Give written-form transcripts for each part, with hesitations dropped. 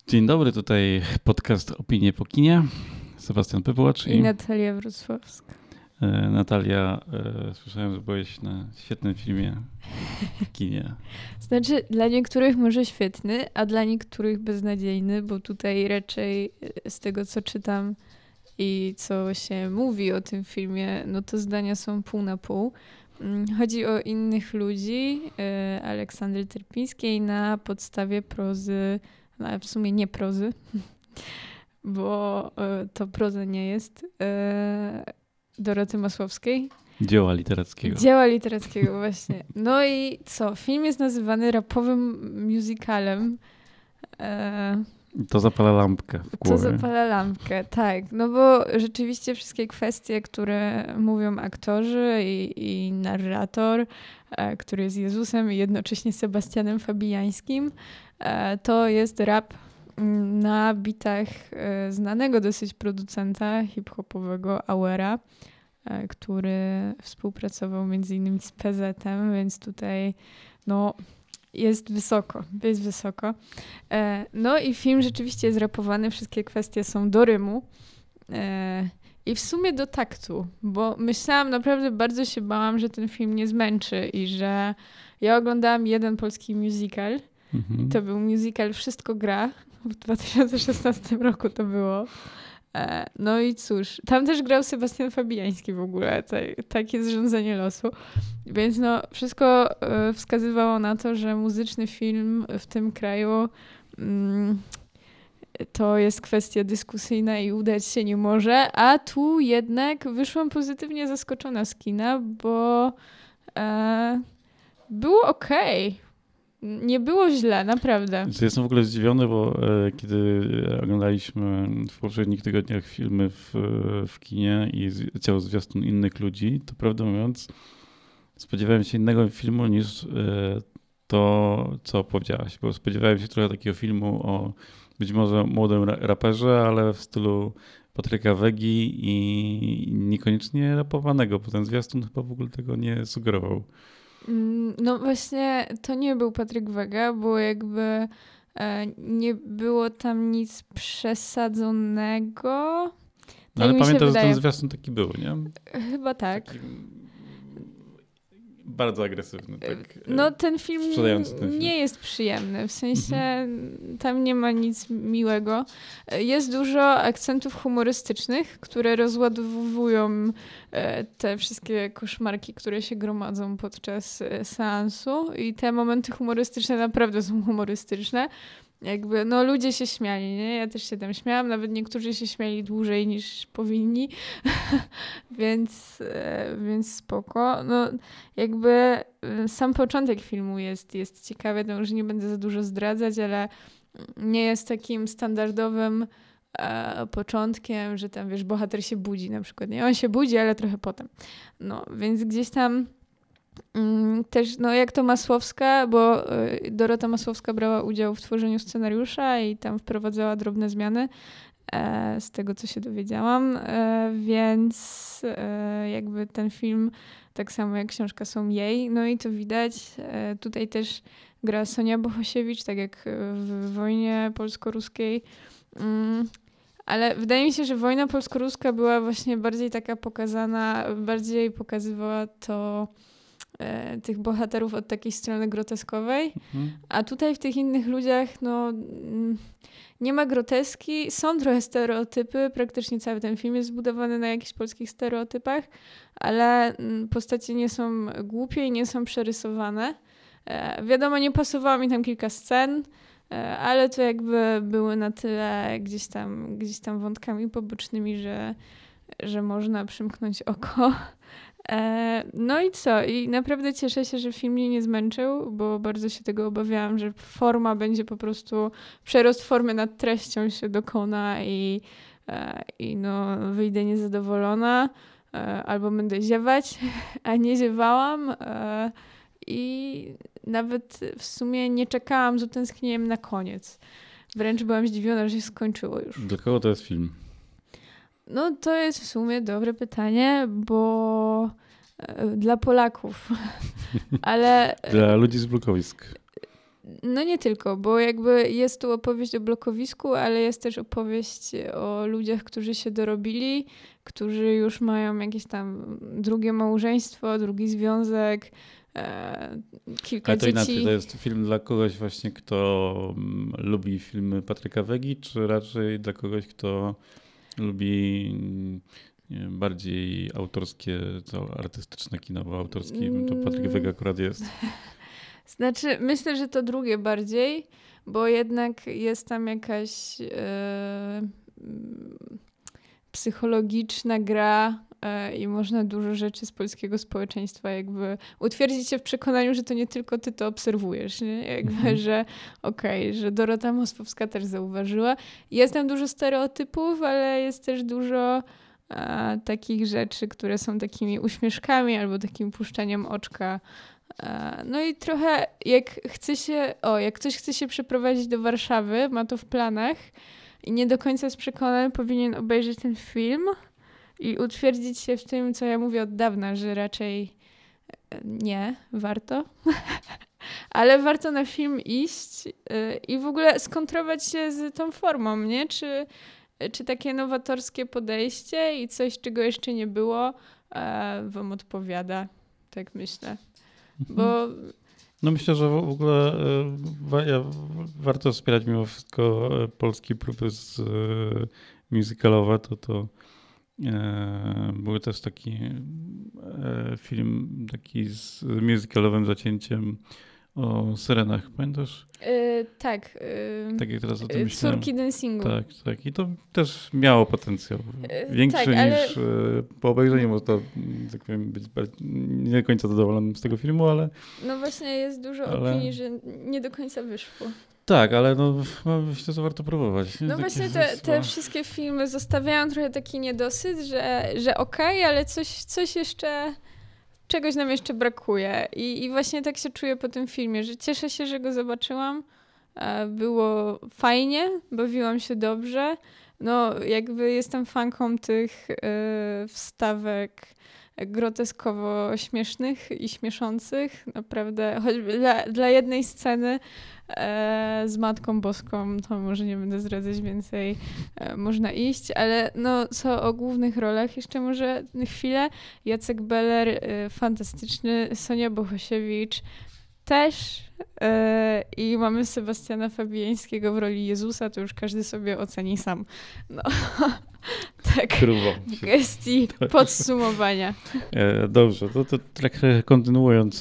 Dzień dobry, tutaj podcast Opinie po kinie. Sebastian Pypłacz i Natalia Wrocławska. Natalia, słyszałem, że byłeś na świetnym filmie w kinie. Znaczy, dla niektórych może świetny, a dla niektórych beznadziejny, bo tutaj raczej z tego, co czytam i co się mówi o tym filmie, no to zdania są pół na pół. Chodzi o innych ludzi, Aleksandry Terpińskiej na podstawie prozy, ale w sumie nie prozy, bo to proza nie jest, Doroty Masłowskiej. Dzieła literackiego. Dzieła literackiego, właśnie. No i co? Film jest nazywany rapowym musicalem. To zapala lampkę w głowie. To zapala lampkę, tak. No bo rzeczywiście wszystkie kwestie, które mówią aktorzy i narrator, który jest Jezusem i jednocześnie Sebastianem Fabijańskim, to jest rap na bitach znanego dosyć producenta hip-hopowego Auera, który współpracował między innymi z PZ-em, więc tutaj no jest wysoko, jest wysoko. No i film rzeczywiście jest rapowany, wszystkie kwestie są do rymu i w sumie do taktu, bo myślałam, naprawdę bardzo się bałam, że ten film nie zmęczy i że ja oglądałam jeden polski musical. To był musical Wszystko gra. W 2016 roku to było. No i cóż, tam też grał Sebastian Fabijański w ogóle. Takie zrządzenie losu. Więc no, wszystko wskazywało na to, że muzyczny film w tym kraju to jest kwestia dyskusyjna i udać się nie może. A tu jednak wyszłam pozytywnie zaskoczona z kina, bo było okej. Nie było źle, naprawdę. Jestem w ogóle zdziwiony, bo kiedy oglądaliśmy w poprzednich tygodniach filmy w kinie i leciał zwiastun innych ludzi, to prawdę mówiąc spodziewałem się innego filmu niż to, co powiedziałaś, bo spodziewałem się trochę takiego filmu o być może młodym raperze, ale w stylu Patryka Wegi i niekoniecznie rapowanego, bo ten zwiastun chyba w ogóle tego nie sugerował. No właśnie to nie był Patryk Wega, bo jakby nie było tam nic przesadzonego. No, ale pamiętam, że ten zwiastun taki był, nie? Chyba tak. Taki bardzo agresywny. Tak, no ten film nie jest przyjemny, w sensie tam nie ma nic miłego. Jest dużo akcentów humorystycznych, które rozładowują te wszystkie koszmarki, które się gromadzą podczas seansu i te momenty humorystyczne naprawdę są humorystyczne. Jakby, no ludzie się śmiali, nie? Ja też się tam śmiałam, nawet niektórzy się śmiali dłużej niż powinni, więc spoko. No jakby sam początek filmu jest ciekawy, to już nie będę za dużo zdradzać, ale nie jest takim standardowym początkiem, że tam wiesz, bohater się budzi na przykład, nie? On się budzi, ale trochę potem. No, więc gdzieś tam też, no jak to Masłowska, bo Dorota Masłowska brała udział w tworzeniu scenariusza i tam wprowadzała drobne zmiany z tego, co się dowiedziałam, więc jakby ten film, tak samo jak książka, są jej, no i to widać. Tutaj też gra Sonia Bohosiewicz, tak jak w wojnie polsko-ruskiej. Ale wydaje mi się, że wojna polsko-ruska była właśnie bardziej taka pokazana, bardziej pokazywała to tych bohaterów od takiej strony groteskowej, a tutaj w tych innych ludziach no nie ma groteski, są trochę stereotypy, praktycznie cały ten film jest zbudowany na jakichś polskich stereotypach, ale postacie nie są głupie i nie są przerysowane. Wiadomo, nie pasowało mi tam kilka scen, ale to jakby były na tyle gdzieś tam wątkami pobocznymi, że można przymknąć oko. No i co? I naprawdę cieszę się, że film mnie nie zmęczył, bo bardzo się tego obawiałam, że forma będzie po prostu, przerost formy nad treścią się dokona i no wyjdę niezadowolona, albo będę ziewać, a nie ziewałam. I nawet w sumie nie czekałam z utęsknieniem na koniec. Wręcz byłam zdziwiona, że się skończyło już. Dla kogo to jest film? No to jest w sumie dobre pytanie, bo dla Polaków. Ale dla ludzi z blokowisk. No nie tylko, bo jakby jest tu opowieść o blokowisku, ale jest też opowieść o ludziach, którzy się dorobili, którzy już mają jakieś tam drugie małżeństwo, drugi związek, kilka ale to dzieci. inaczej, to jest film dla kogoś właśnie, kto lubi filmy Patryka Wegi, czy raczej dla kogoś, kto lubi nie wiem, bardziej autorskie, artystyczne kino, bo autorskim to Patryk Wega akurat jest. Znaczy, myślę, że to drugie bardziej, bo jednak jest tam jakaś psychologiczna gra i można dużo rzeczy z polskiego społeczeństwa jakby utwierdzić się w przekonaniu, że to nie tylko ty to obserwujesz, nie? Jakby, że że Dorota Mosłowska też zauważyła. Jest tam dużo stereotypów, ale jest też dużo takich rzeczy, które są takimi uśmieszkami albo takim puszczeniem oczka. No i trochę jak ktoś chce się przeprowadzić do Warszawy, ma to w planach i nie do końca jest przekonany, powinien obejrzeć ten film i utwierdzić się w tym, co ja mówię od dawna, że raczej nie, warto. Ale warto na film iść i w ogóle skontrować się z tą formą, nie? Czy takie nowatorskie podejście i coś, czego jeszcze nie było, wam odpowiada, tak myślę. Bo... No myślę, że w ogóle warto wspierać mimo wszystko polskie próby musicalowe. To był też taki film taki z musicalowym zacięciem o syrenach, pamiętasz? Tak. Tak jak teraz o tym myślałem. Córki dancingu. Tak. I to też miało potencjał. Większy niż po obejrzeniu można, tak powiem, być nie do końca zadowolonym z tego filmu, ale... No właśnie jest dużo opinii, że nie do końca wyszło. Tak, ale myślę, że warto próbować. No właśnie te wszystkie filmy zostawiają trochę taki niedosyt, że okej, ale coś jeszcze... Czegoś nam jeszcze brakuje. I właśnie tak się czuję po tym filmie, że cieszę się, że go zobaczyłam. Było fajnie, bawiłam się dobrze. No jakby jestem fanką tych wstawek groteskowo śmiesznych i śmieszących. Naprawdę, choćby dla jednej sceny z Matką Boską, to może nie będę zdradzać więcej, można iść, ale no co o głównych rolach jeszcze może chwilę. Jacek Beller, fantastyczny, Sonia Bohosiewicz też i mamy Sebastiana Fabiańskiego w roli Jezusa, to już każdy sobie oceni sam. No. Tak, w gestii podsumowania. Dobrze, to tak kontynuując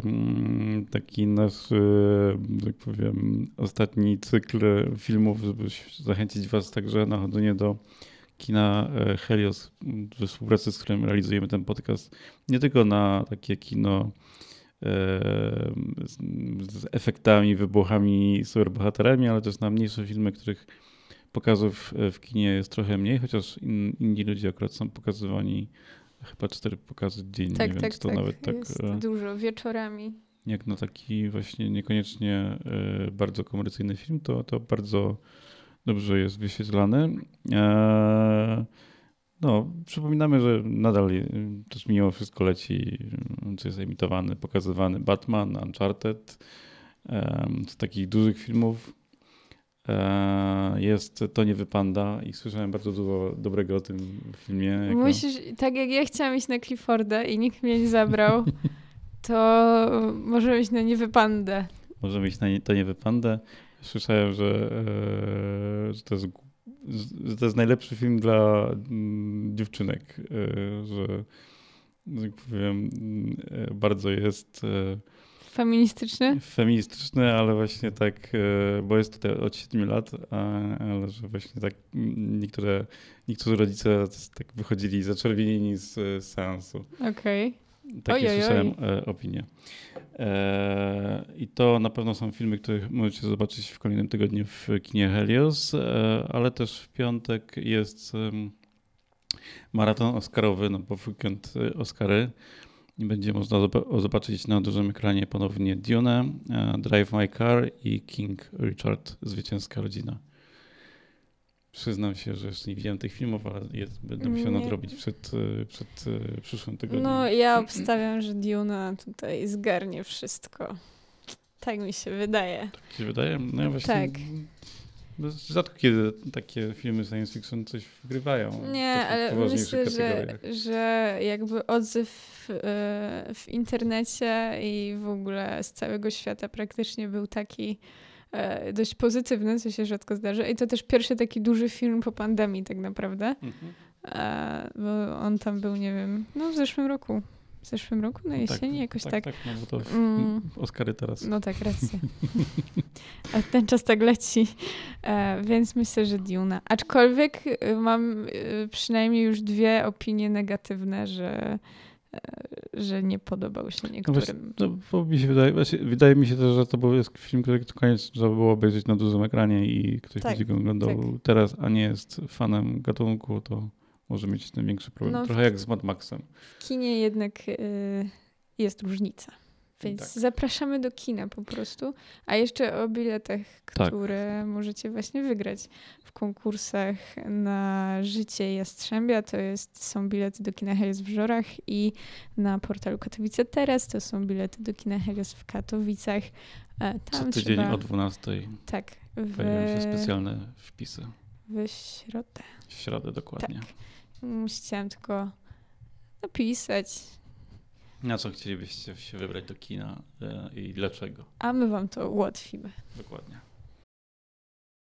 taki nasz, tak powiem, ostatni cykl filmów, żeby zachęcić was także na chodzenie do kina Helios, we współpracy z którym realizujemy ten podcast. Nie tylko na takie kino z efektami, wybuchami, superbohaterami, ale też na mniejsze filmy, których pokazów w kinie jest trochę mniej, chociaż inni ludzie akurat są pokazywani chyba 4 pokazy dziennie, więc to nawet tak jest dużo, wieczorami. Jak na taki właśnie niekoniecznie bardzo komercyjny film, to bardzo dobrze jest wyświetlany. No, przypominamy, że nadal też mimo wszystko leci, czy jest emitowany, pokazywany Batman, Uncharted, z takich dużych filmów. Jest Toniowy Panda i słyszałem bardzo dużo dobrego o tym filmie. Musisz, tak jak ja chciałam iść na Clifforda i nikt mnie nie zabrał, to możemy iść na Niewy Pandę. Możemy iść na Toniowy Pandę. Słyszałem, że to jest najlepszy film dla dziewczynek, że tak powiem, bardzo jest feministyczny, ale właśnie tak, bo jest tutaj od 7 lat, ale że właśnie tak niektórzy rodzice tak wychodzili zaczerwienieni z seansu. Okej. Takie słyszałem opinie. I to na pewno są filmy, które możecie zobaczyć w kolejnym tygodniu w kinie Helios, ale też w piątek jest maraton oscarowy, no bo w weekend Oscary. I będzie można zobaczyć na dużym ekranie ponownie Dune, Drive My Car i King Richard, Zwycięska rodzina. Przyznam się, że jeszcze nie widziałem tych filmów, ale będę musiał nadrobić przed przyszłym tygodniem. No ja obstawiam, że Duna tutaj zgarnie wszystko. Tak mi się wydaje. Tak ci się wydaje? No ja właśnie... Tak. Rzadko kiedy takie filmy science fiction coś wygrywają. Nie, ale myślę, że jakby odzew w internecie i w ogóle z całego świata praktycznie był taki dość pozytywny, co się rzadko zdarza. I to też pierwszy taki duży film po pandemii tak naprawdę. Bo on tam był, nie wiem, no w zeszłym roku. Na jesieni, jakoś tak. Tak, no bo to Oscary teraz. No tak, racja. A ten czas tak leci. Więc myślę, że Duna. Aczkolwiek mam przynajmniej już 2 opinie negatywne, że nie podobał się niektórym. No bo mi się wydaje mi się też, że to był film, który koniec trzeba było obejrzeć na dużym ekranie i ktoś będzie go oglądał teraz, a nie jest fanem gatunku, to może mieć ten większy problem. No, trochę jak z Mad Maxem. W kinie jednak jest różnica. Więc zapraszamy do kina po prostu. A jeszcze o biletach, które możecie właśnie wygrać w konkursach na Życie Jastrzębia. To są bilety do kina Helios w Żorach i na portalu Katowice Teraz to są bilety do kina Helios w Katowicach. Tam co tydzień o 12:00 pojawiają się specjalne wpisy. W środę. W środę, dokładnie. Tak. Chciałam tylko napisać. Na co chcielibyście się wybrać do kina i dlaczego? A my wam to ułatwimy. Dokładnie.